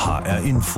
HR Info.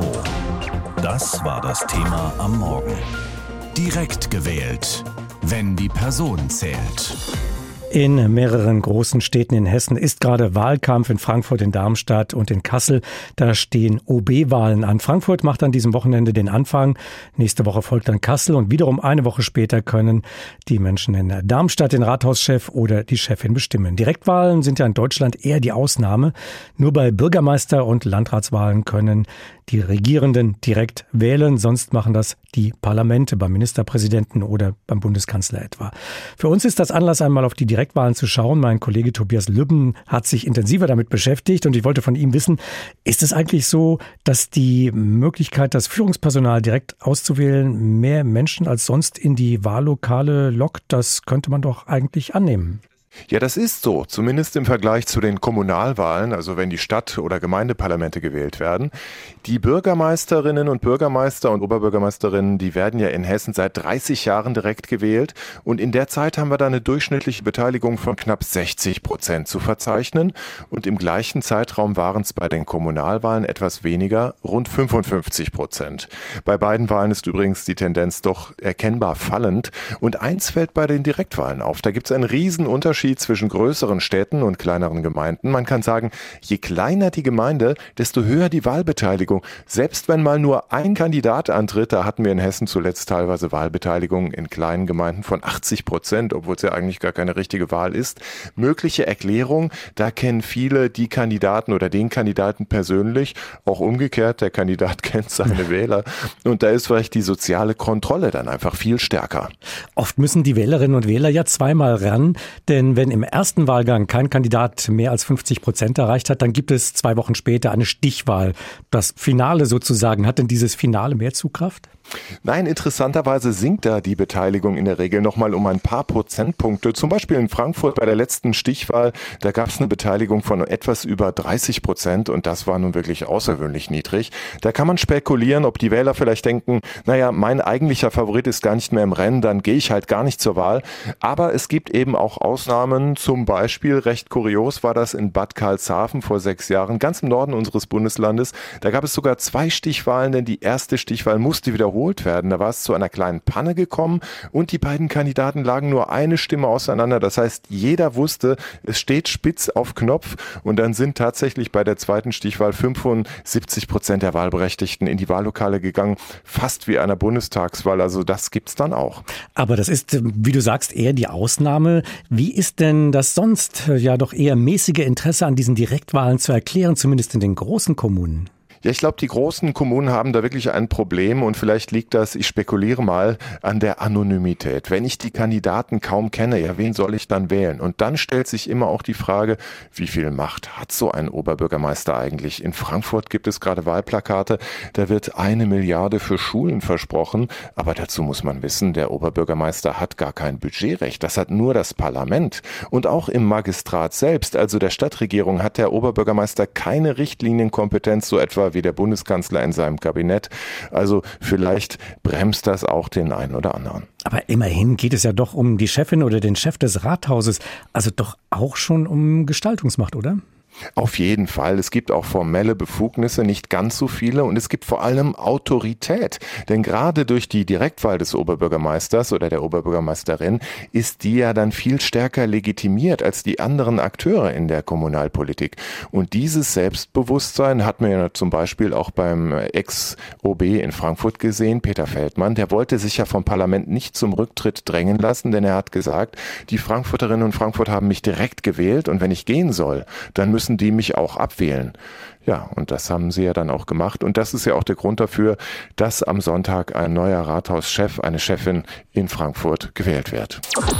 Das war das Thema am Morgen. Direkt gewählt, wenn die Person zählt. In mehreren großen Städten in Hessen ist gerade Wahlkampf, in Frankfurt, in Darmstadt und in Kassel. Da stehen OB-Wahlen an. Frankfurt macht an diesem Wochenende den Anfang. Nächste Woche folgt dann Kassel und wiederum eine Woche später können die Menschen in Darmstadt den Rathauschef oder die Chefin bestimmen. Direktwahlen sind ja in Deutschland eher die Ausnahme. Nur bei Bürgermeister- und Landratswahlen können die Regierenden direkt wählen. Sonst machen das die Parlamente beim Ministerpräsidenten oder beim Bundeskanzler etwa. Für uns ist das Anlass, einmal auf die Direktwahlen zu schauen. Mein Kollege Tobias Lübben hat sich intensiver damit beschäftigt und ich wollte von ihm wissen, ist es eigentlich so, dass die Möglichkeit, das Führungspersonal direkt auszuwählen, mehr Menschen als sonst in die Wahllokale lockt? Das könnte man doch eigentlich annehmen. Ja, das ist so, zumindest im Vergleich zu den Kommunalwahlen, also wenn die Stadt- oder Gemeindeparlamente gewählt werden. Die Bürgermeisterinnen und Bürgermeister und Oberbürgermeisterinnen, die werden ja in Hessen seit 30 Jahren direkt gewählt und in der Zeit haben wir da eine durchschnittliche Beteiligung von knapp 60% zu verzeichnen und im gleichen Zeitraum waren es bei den Kommunalwahlen etwas weniger, rund 55%. Bei beiden Wahlen ist übrigens die Tendenz doch erkennbar fallend und eins fällt bei den Direktwahlen auf, da gibt es einen riesen Unterschied zwischen größeren Städten und kleineren Gemeinden. Man kann sagen, je kleiner die Gemeinde, desto höher die Wahlbeteiligung. Selbst wenn mal nur ein Kandidat antritt, da hatten wir in Hessen zuletzt teilweise Wahlbeteiligung in kleinen Gemeinden von 80%, obwohl es ja eigentlich gar keine richtige Wahl ist. Mögliche Erklärung, da kennen viele die Kandidaten oder den Kandidaten persönlich, auch umgekehrt, der Kandidat kennt seine Wähler und da ist vielleicht die soziale Kontrolle dann einfach viel stärker. Oft müssen die Wählerinnen und Wähler ja zweimal ran, denn wenn im ersten Wahlgang kein Kandidat mehr als 50% erreicht hat, dann gibt es 2 Wochen später eine Stichwahl. Das Finale sozusagen. Hat denn dieses Finale mehr Zugkraft? Nein, interessanterweise sinkt da die Beteiligung in der Regel nochmal um ein paar Prozentpunkte. Zum Beispiel in Frankfurt bei der letzten Stichwahl, da gab es eine Beteiligung von etwas über 30% und das war nun wirklich außergewöhnlich niedrig. Da kann man spekulieren, ob die Wähler vielleicht denken, naja, mein eigentlicher Favorit ist gar nicht mehr im Rennen, dann gehe ich halt gar nicht zur Wahl. Aber es gibt eben auch Ausnahmen, zum Beispiel, recht kurios war das in Bad Karlshafen vor 6 Jahren, ganz im Norden unseres Bundeslandes. Da gab es sogar 2 Stichwahlen, denn die erste Stichwahl musste wiederholt werden. Da war es zu einer kleinen Panne gekommen und die beiden Kandidaten lagen nur eine Stimme auseinander. Das heißt, jeder wusste, es steht spitz auf Knopf und dann sind tatsächlich bei der zweiten Stichwahl 75% der Wahlberechtigten in die Wahllokale gegangen, fast wie einer Bundestagswahl. Also das gibt's dann auch. Aber das ist, wie du sagst, eher die Ausnahme. Wie ist denn das sonst ja doch eher mäßige Interesse an diesen Direktwahlen zu erklären, zumindest in den großen Kommunen? Ja, ich glaube, die großen Kommunen haben da wirklich ein Problem und vielleicht liegt das, ich spekuliere mal, an der Anonymität. Wenn ich die Kandidaten kaum kenne, ja, wen soll ich dann wählen? Und dann stellt sich immer auch die Frage, wie viel Macht hat so ein Oberbürgermeister eigentlich? In Frankfurt gibt es gerade Wahlplakate, da wird 1 Milliarde für Schulen versprochen, aber dazu muss man wissen, der Oberbürgermeister hat gar kein Budgetrecht, das hat nur das Parlament. Und auch im Magistrat selbst, also der Stadtregierung, hat der Oberbürgermeister keine Richtlinienkompetenz, so etwa wie der Bundeskanzler in seinem Kabinett. Also vielleicht bremst das auch den einen oder anderen. Aber immerhin geht es ja doch um die Chefin oder den Chef des Rathauses. Also doch auch schon um Gestaltungsmacht, oder? Auf jeden Fall. Es gibt auch formelle Befugnisse, nicht ganz so viele und es gibt vor allem Autorität. Denn gerade durch die Direktwahl des Oberbürgermeisters oder der Oberbürgermeisterin ist die ja dann viel stärker legitimiert als die anderen Akteure in der Kommunalpolitik. Und dieses Selbstbewusstsein hat man ja zum Beispiel auch beim Ex-OB in Frankfurt gesehen, Peter Feldmann. Der wollte sich ja vom Parlament nicht zum Rücktritt drängen lassen, denn er hat gesagt, die Frankfurterinnen und Frankfurter haben mich direkt gewählt und wenn ich gehen soll, dann müssen die mich auch abwählen. Ja, und das haben sie ja dann auch gemacht. Und das ist ja auch der Grund dafür, dass am Sonntag ein neuer Rathauschef, eine Chefin in Frankfurt gewählt wird.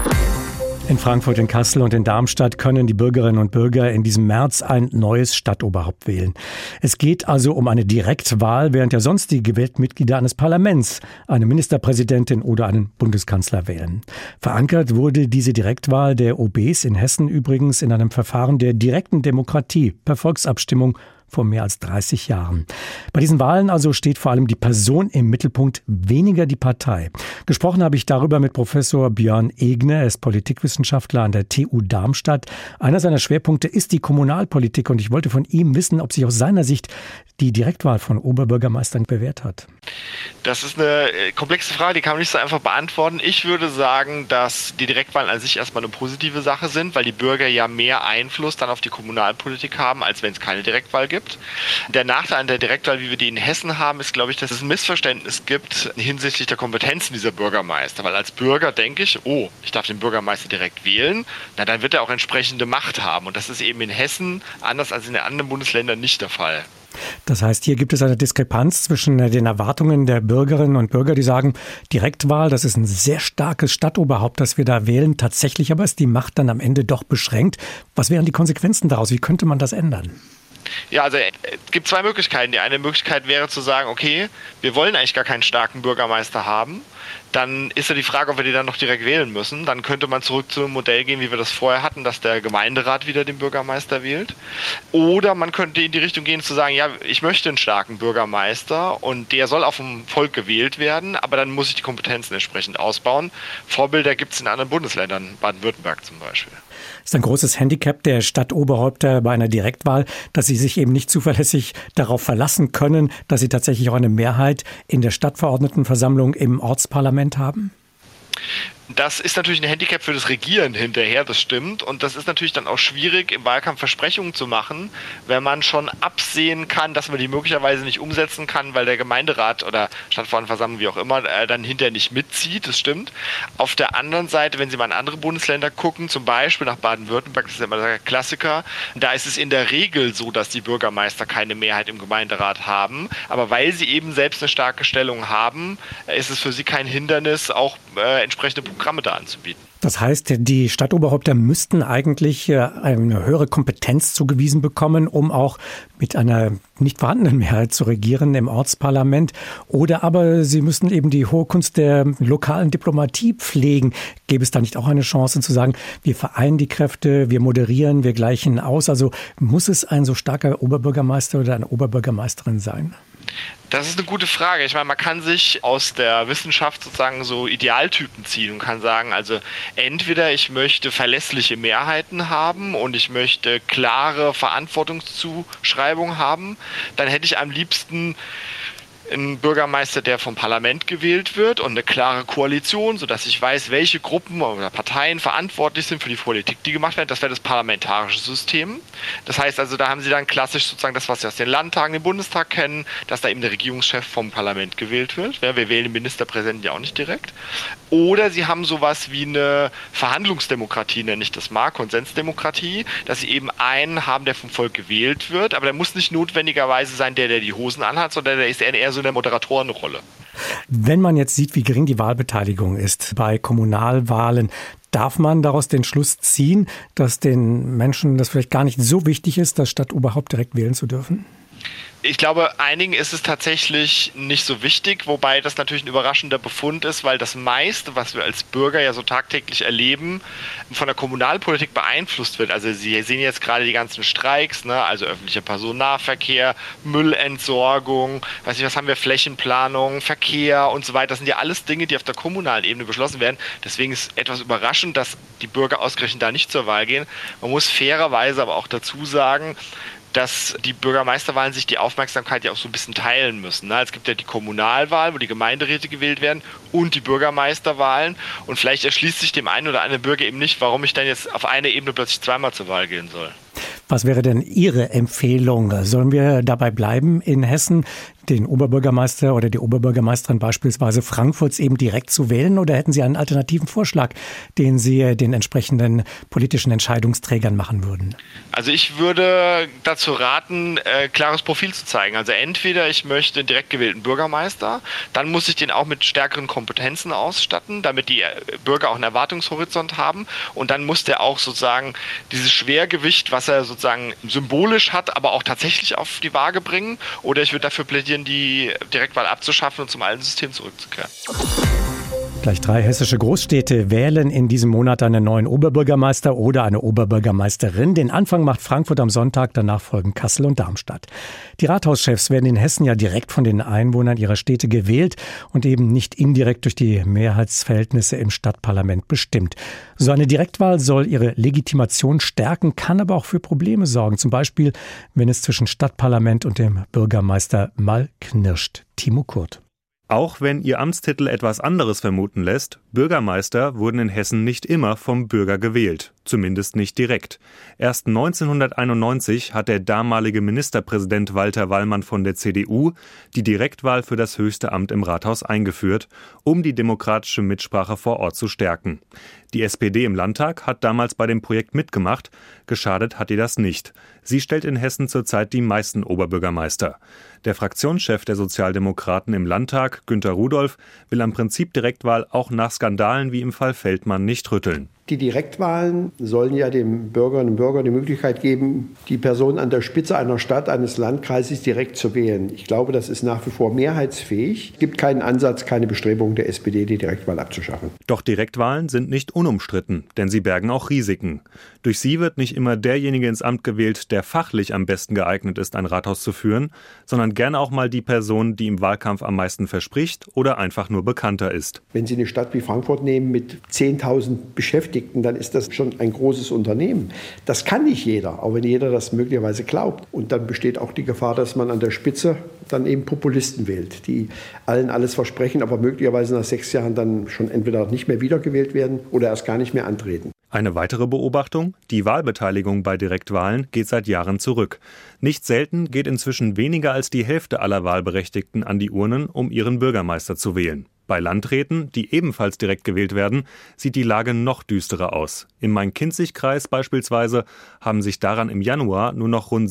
In Frankfurt, in Kassel und in Darmstadt können die Bürgerinnen und Bürger in diesem März ein neues Stadtoberhaupt wählen. Es geht also um eine Direktwahl, während ja sonst die gewählten Mitglieder eines Parlaments eine Ministerpräsidentin oder einen Bundeskanzler wählen. Verankert wurde diese Direktwahl der OBs in Hessen übrigens in einem Verfahren der direkten Demokratie per Volksabstimmung vor mehr als 30 Jahren. Bei diesen Wahlen also steht vor allem die Person im Mittelpunkt, weniger die Partei. Gesprochen habe ich darüber mit Professor Björn Egner, er ist Politikwissenschaftler an der TU Darmstadt. Einer seiner Schwerpunkte ist die Kommunalpolitik und ich wollte von ihm wissen, ob sich aus seiner Sicht die Direktwahl von Oberbürgermeistern bewährt hat? Das ist eine komplexe Frage, die kann man nicht so einfach beantworten. Ich würde sagen, dass die Direktwahlen an sich erstmal eine positive Sache sind, weil die Bürger ja mehr Einfluss dann auf die Kommunalpolitik haben, als wenn es keine Direktwahl gibt. Der Nachteil an der Direktwahl, wie wir die in Hessen haben, ist, glaube ich, dass es ein Missverständnis gibt hinsichtlich der Kompetenzen dieser Bürgermeister. Weil als Bürger denke ich, ich darf den Bürgermeister direkt wählen, dann wird er auch entsprechende Macht haben. Und das ist eben in Hessen anders als in den anderen Bundesländern nicht der Fall. Das heißt, hier gibt es eine Diskrepanz zwischen den Erwartungen der Bürgerinnen und Bürger, die sagen, Direktwahl, das ist ein sehr starkes Stadtoberhaupt, das wir da wählen. Tatsächlich aber ist die Macht dann am Ende doch beschränkt. Was wären die Konsequenzen daraus? Wie könnte man das ändern? Ja, also es gibt zwei Möglichkeiten. Die eine Möglichkeit wäre zu sagen, okay, wir wollen eigentlich gar keinen starken Bürgermeister haben. Dann ist ja die Frage, ob wir die dann noch direkt wählen müssen. Dann könnte man zurück zu einem Modell gehen, wie wir das vorher hatten, dass der Gemeinderat wieder den Bürgermeister wählt. Oder man könnte in die Richtung gehen, zu sagen, ja, ich möchte einen starken Bürgermeister und der soll auf dem Volk gewählt werden, aber dann muss ich die Kompetenzen entsprechend ausbauen. Vorbilder gibt es in anderen Bundesländern, Baden-Württemberg zum Beispiel. Das ist ein großes Handicap der Stadtoberhäupter bei einer Direktwahl, dass sie sich eben nicht zuverlässig darauf verlassen können, dass sie tatsächlich auch eine Mehrheit in der Stadtverordnetenversammlung im Ortsparlament haben? Das ist natürlich ein Handicap für das Regieren hinterher, das stimmt. Und das ist natürlich dann auch schwierig, im Wahlkampf Versprechungen zu machen, wenn man schon absehen kann, dass man die möglicherweise nicht umsetzen kann, weil der Gemeinderat oder Stadtverordnetenversammlung, wie auch immer, dann hinterher nicht mitzieht, das stimmt. Auf der anderen Seite, wenn Sie mal in andere Bundesländer gucken, zum Beispiel nach Baden-Württemberg, das ist ja immer der Klassiker, da ist es in der Regel so, dass die Bürgermeister keine Mehrheit im Gemeinderat haben. Aber weil sie eben selbst eine starke Stellung haben, ist es für sie kein Hindernis, auch entsprechende Programme da anzubieten. Das heißt, die Stadtoberhäupter müssten eigentlich eine höhere Kompetenz zugewiesen bekommen, um auch mit einer nicht vorhandenen Mehrheit zu regieren im Ortsparlament. Oder aber sie müssen eben die hohe Kunst der lokalen Diplomatie pflegen. Gäbe es da nicht auch eine Chance zu sagen, wir vereinen die Kräfte, wir moderieren, wir gleichen aus? Also muss es ein so starker Oberbürgermeister oder eine Oberbürgermeisterin sein? Das ist eine gute Frage. Ich meine, man kann sich aus der Wissenschaft sozusagen so Idealtypen ziehen und kann sagen, also entweder ich möchte verlässliche Mehrheiten haben und ich möchte klare Verantwortungszuschreibung haben, dann hätte ich am liebsten einen Bürgermeister, der vom Parlament gewählt wird und eine klare Koalition, sodass ich weiß, welche Gruppen oder Parteien verantwortlich sind für die Politik, die gemacht wird. Das wäre das parlamentarische System. Das heißt also, da haben Sie dann klassisch sozusagen das, was Sie aus den Landtagen, den Bundestag kennen, dass da eben der Regierungschef vom Parlament gewählt wird. Ja, wir wählen den Ministerpräsidenten ja auch nicht direkt. Oder Sie haben sowas wie eine Verhandlungsdemokratie, nenne ich das mal, Konsensdemokratie, dass Sie eben einen haben, der vom Volk gewählt wird, aber der muss nicht notwendigerweise sein, der die Hosen anhat, sondern der ist eher so in der Moderatorenrolle. Wenn man jetzt sieht, wie gering die Wahlbeteiligung ist bei Kommunalwahlen, darf man daraus den Schluss ziehen, dass den Menschen das vielleicht gar nicht so wichtig ist, das Stadtoberhaupt direkt wählen zu dürfen? Ich glaube, einigen ist es tatsächlich nicht so wichtig, wobei das natürlich ein überraschender Befund ist, weil das meiste, was wir als Bürger ja so tagtäglich erleben, von der Kommunalpolitik beeinflusst wird. Also Sie sehen jetzt gerade die ganzen Streiks, ne? Also öffentlicher Personennahverkehr, Müllentsorgung, was haben wir, Flächenplanung, Verkehr und so weiter. Das sind ja alles Dinge, die auf der kommunalen Ebene beschlossen werden. Deswegen ist es etwas überraschend, dass die Bürger ausgerechnet da nicht zur Wahl gehen. Man muss fairerweise aber auch dazu sagen, dass die Bürgermeisterwahlen sich die Aufmerksamkeit ja auch so ein bisschen teilen müssen. Es gibt ja die Kommunalwahl, wo die Gemeinderäte gewählt werden, und die Bürgermeisterwahlen. Und vielleicht erschließt sich dem einen oder anderen Bürger eben nicht, warum ich dann jetzt auf einer Ebene plötzlich zweimal zur Wahl gehen soll. Was wäre denn Ihre Empfehlung? Sollen wir dabei bleiben, in Hessen den Oberbürgermeister oder die Oberbürgermeisterin beispielsweise Frankfurts eben direkt zu wählen? Oder hätten Sie einen alternativen Vorschlag, den Sie den entsprechenden politischen Entscheidungsträgern machen würden? Also ich würde dazu raten, klares Profil zu zeigen. Also entweder ich möchte einen direkt gewählten Bürgermeister, dann muss ich den auch mit stärkeren Kompetenzen ausstatten, damit die Bürger auch einen Erwartungshorizont haben. Und dann muss der auch sozusagen dieses Schwergewicht, was er sozusagen symbolisch hat, aber auch tatsächlich auf die Waage bringen. Oder ich würde dafür plädieren, die Direktwahl abzuschaffen und zum alten System zurückzukehren. Gleich 3 hessische Großstädte wählen in diesem Monat einen neuen Oberbürgermeister oder eine Oberbürgermeisterin. Den Anfang macht Frankfurt am Sonntag, danach folgen Kassel und Darmstadt. Die Rathauschefs werden in Hessen ja direkt von den Einwohnern ihrer Städte gewählt und eben nicht indirekt durch die Mehrheitsverhältnisse im Stadtparlament bestimmt. So eine Direktwahl soll ihre Legitimation stärken, kann aber auch für Probleme sorgen. Zum Beispiel, wenn es zwischen Stadtparlament und dem Bürgermeister mal knirscht. Timo Kurt. Auch wenn ihr Amtstitel etwas anderes vermuten lässt, Bürgermeister wurden in Hessen nicht immer vom Bürger gewählt, zumindest nicht direkt. Erst 1991 hat der damalige Ministerpräsident Walter Wallmann von der CDU die Direktwahl für das höchste Amt im Rathaus eingeführt, um die demokratische Mitsprache vor Ort zu stärken. Die SPD im Landtag hat damals bei dem Projekt mitgemacht, geschadet hat ihr das nicht. Sie stellt in Hessen zurzeit die meisten Oberbürgermeister. Der Fraktionschef der Sozialdemokraten im Landtag, Günter Rudolph, will am Prinzip Direktwahl auch nach Skandalen wie im Fall Feldmann nicht rütteln. Die Direktwahlen sollen ja den Bürgerinnen und Bürgern die Möglichkeit geben, die Person an der Spitze einer Stadt, eines Landkreises direkt zu wählen. Ich glaube, das ist nach wie vor mehrheitsfähig. Es gibt keinen Ansatz, keine Bestrebung der SPD, die Direktwahl abzuschaffen. Doch Direktwahlen sind nicht unumstritten, denn sie bergen auch Risiken. Durch sie wird nicht immer derjenige ins Amt gewählt, der fachlich am besten geeignet ist, ein Rathaus zu führen, sondern gerne auch mal die Person, die im Wahlkampf am meisten verspricht oder einfach nur bekannter ist. Wenn Sie eine Stadt wie Frankfurt nehmen mit 10.000 Beschäftigten, dann ist das schon ein großes Unternehmen. Das kann nicht jeder, auch wenn jeder das möglicherweise glaubt. Und dann besteht auch die Gefahr, dass man an der Spitze dann eben Populisten wählt, die allen alles versprechen, aber möglicherweise nach 6 Jahren dann schon entweder nicht mehr wiedergewählt werden oder erst gar nicht mehr antreten. Eine weitere Beobachtung: Die Wahlbeteiligung bei Direktwahlen geht seit Jahren zurück. Nicht selten geht inzwischen weniger als die Hälfte aller Wahlberechtigten an die Urnen, um ihren Bürgermeister zu wählen. Bei Landräten, die ebenfalls direkt gewählt werden, sieht die Lage noch düsterer aus. Im Main-Kinzig-Kreis beispielsweise haben sich daran im Januar nur noch rund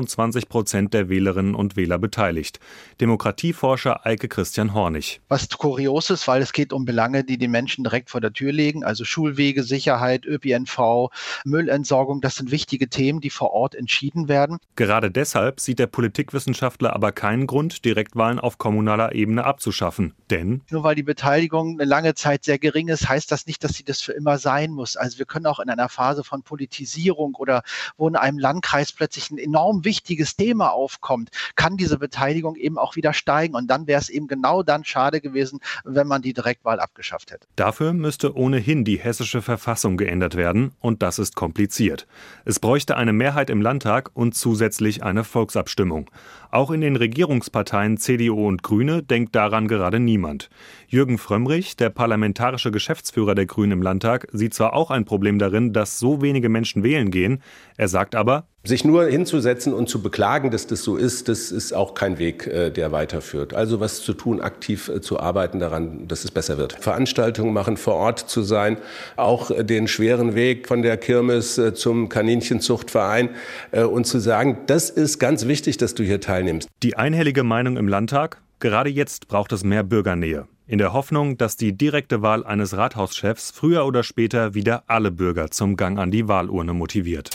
27% der Wählerinnen und Wähler beteiligt. Demokratieforscher Eike Christian Hornig. Was kurios ist, weil es geht um Belange, die den Menschen direkt vor der Tür liegen, also Schulwege, Sicherheit, ÖPNV, Müllentsorgung, das sind wichtige Themen, die vor Ort entschieden werden. Gerade deshalb sieht der Politikwissenschaftler aber keinen Grund, Direktwahlen auf kommunaler Ebene abzuschaffen, denn nur weil die Beteiligung eine lange Zeit sehr gering ist, heißt das nicht, dass sie das für immer sein muss. Also wir können auch in einer Phase von Politisierung oder wo in einem Landkreis plötzlich ein enorm wichtiges Thema aufkommt, kann diese Beteiligung eben auch wieder steigen. Und dann wäre es eben genau dann schade gewesen, wenn man die Direktwahl abgeschafft hätte. Dafür müsste ohnehin die hessische Verfassung geändert werden und das ist kompliziert. Es bräuchte eine Mehrheit im Landtag und zusätzlich eine Volksabstimmung. Auch in den Regierungsparteien CDU und Grüne denkt daran gerade niemand. Jürgen Frömmrich, der parlamentarische Geschäftsführer der Grünen im Landtag, sieht zwar auch ein Problem darin, dass so wenige Menschen wählen gehen. Er sagt aber, sich nur hinzusetzen und zu beklagen, dass das so ist, das ist auch kein Weg, der weiterführt. Also was zu tun, aktiv zu arbeiten daran, dass es besser wird. Veranstaltungen machen, vor Ort zu sein, auch den schweren Weg von der Kirmes zum Kaninchenzuchtverein und zu sagen, das ist ganz wichtig, dass du hier teilnimmst. Die einhellige Meinung im Landtag? Gerade jetzt braucht es mehr Bürgernähe. In der Hoffnung, dass die direkte Wahl eines Rathauschefs früher oder später wieder alle Bürger zum Gang an die Wahlurne motiviert.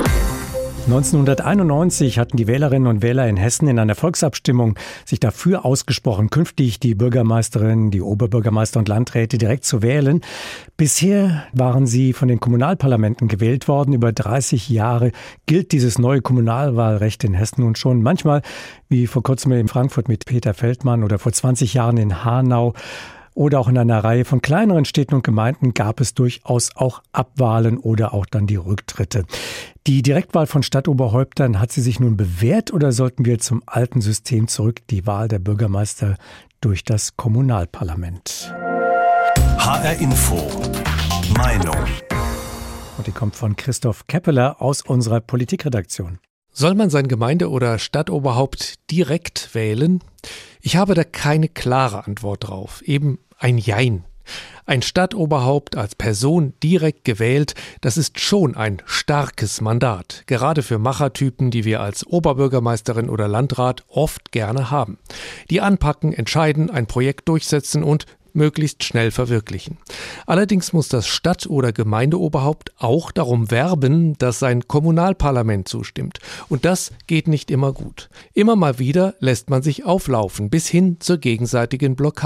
1991 hatten die Wählerinnen und Wähler in Hessen in einer Volksabstimmung sich dafür ausgesprochen, künftig die Bürgermeisterinnen, die Oberbürgermeister und Landräte direkt zu wählen. Bisher waren sie von den Kommunalparlamenten gewählt worden. Über 30 Jahre gilt dieses neue Kommunalwahlrecht in Hessen nun schon. Manchmal, wie vor kurzem in Frankfurt mit Peter Feldmann oder vor 20 Jahren in Hanau, oder auch in einer Reihe von kleineren Städten und Gemeinden gab es durchaus auch Abwahlen oder auch dann die Rücktritte. Die Direktwahl von Stadtoberhäuptern, hat sie sich nun bewährt oder sollten wir zum alten System zurück, die Wahl der Bürgermeister durch das Kommunalparlament? HR Info. Meinung. Und die kommt von Christoph Keppeler aus unserer Politikredaktion. Soll man sein Gemeinde- oder Stadtoberhaupt direkt wählen? Ich habe da keine klare Antwort drauf. Eben ein Jein. Ein Stadtoberhaupt als Person direkt gewählt, das ist schon ein starkes Mandat. Gerade für Machertypen, die wir als Oberbürgermeisterin oder Landrat oft gerne haben. Die anpacken, entscheiden, ein Projekt durchsetzen und möglichst schnell verwirklichen. Allerdings muss das Stadt- oder Gemeindeoberhaupt auch darum werben, dass sein Kommunalparlament zustimmt. Und das geht nicht immer gut. Immer mal wieder lässt man sich auflaufen, bis hin zur gegenseitigen Blockade.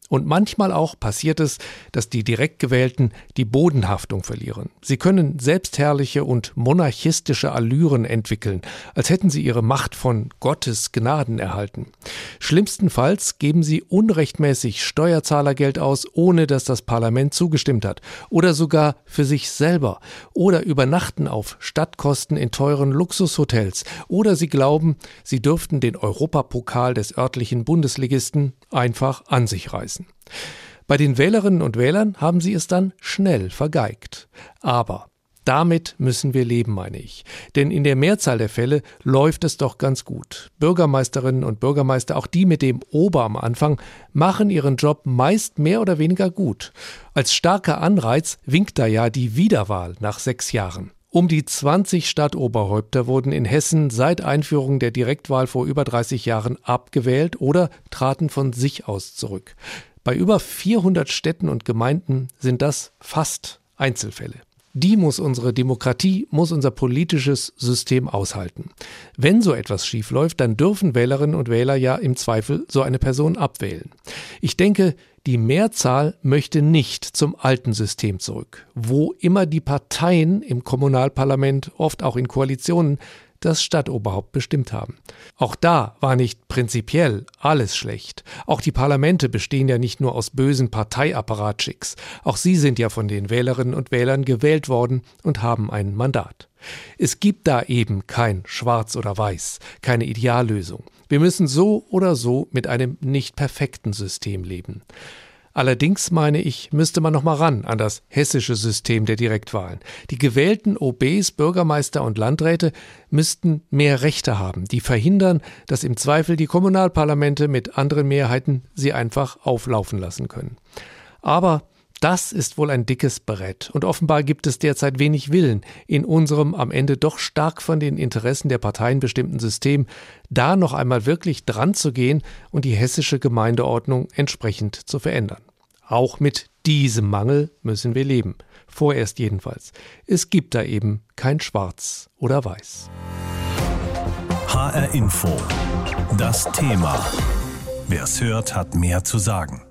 Und manchmal auch passiert es, dass die direkt Gewählten die Bodenhaftung verlieren. Sie können selbstherrliche und monarchistische Allüren entwickeln, als hätten sie ihre Macht von Gottes Gnaden erhalten. Schlimmstenfalls geben sie unrechtmäßig Steuerzahlergeld aus, ohne dass das Parlament zugestimmt hat. Oder sogar für sich selber. Oder übernachten auf Stadtkosten in teuren Luxushotels. Oder sie glauben, sie dürften den Europapokal des örtlichen Bundesligisten einfach an sich reißen. Bei den Wählerinnen und Wählern haben sie es dann schnell vergeigt. Aber damit müssen wir leben, meine ich. Denn in der Mehrzahl der Fälle läuft es doch ganz gut. Bürgermeisterinnen und Bürgermeister, auch die mit dem Ober am Anfang, machen ihren Job meist mehr oder weniger gut. Als starker Anreiz winkt da ja die Wiederwahl nach 6 Jahren. Um die 20 Stadtoberhäupter wurden in Hessen seit Einführung der Direktwahl vor über 30 Jahren abgewählt oder traten von sich aus zurück. Bei über 400 Städten und Gemeinden sind das fast Einzelfälle. Die muss unsere Demokratie, muss unser politisches System aushalten. Wenn so etwas schiefläuft, dann dürfen Wählerinnen und Wähler ja im Zweifel so eine Person abwählen. Ich denke, die Mehrzahl möchte nicht zum alten System zurück, wo immer die Parteien im Kommunalparlament, oft auch in Koalitionen, das Stadtoberhaupt bestimmt haben. Auch da war nicht prinzipiell alles schlecht. Auch die Parlamente bestehen ja nicht nur aus bösen Parteiapparatschicks. Auch sie sind ja von den Wählerinnen und Wählern gewählt worden und haben ein Mandat. Es gibt da eben kein Schwarz oder Weiß, keine Ideallösung. Wir müssen so oder so mit einem nicht perfekten System leben. Allerdings, meine ich, müsste man noch mal ran an das hessische System der Direktwahlen. Die gewählten OBs, Bürgermeister und Landräte müssten mehr Rechte haben, die verhindern, dass im Zweifel die Kommunalparlamente mit anderen Mehrheiten sie einfach auflaufen lassen können. Aber das ist wohl ein dickes Brett und offenbar gibt es derzeit wenig Willen in unserem am Ende doch stark von den Interessen der Parteien bestimmten System, da noch einmal wirklich dran zu gehen und die hessische Gemeindeordnung entsprechend zu verändern. Auch mit diesem Mangel müssen wir leben, vorerst jedenfalls. Es gibt da eben kein Schwarz oder Weiß. HR Info. Das Thema. Wer es hört, hat mehr zu sagen.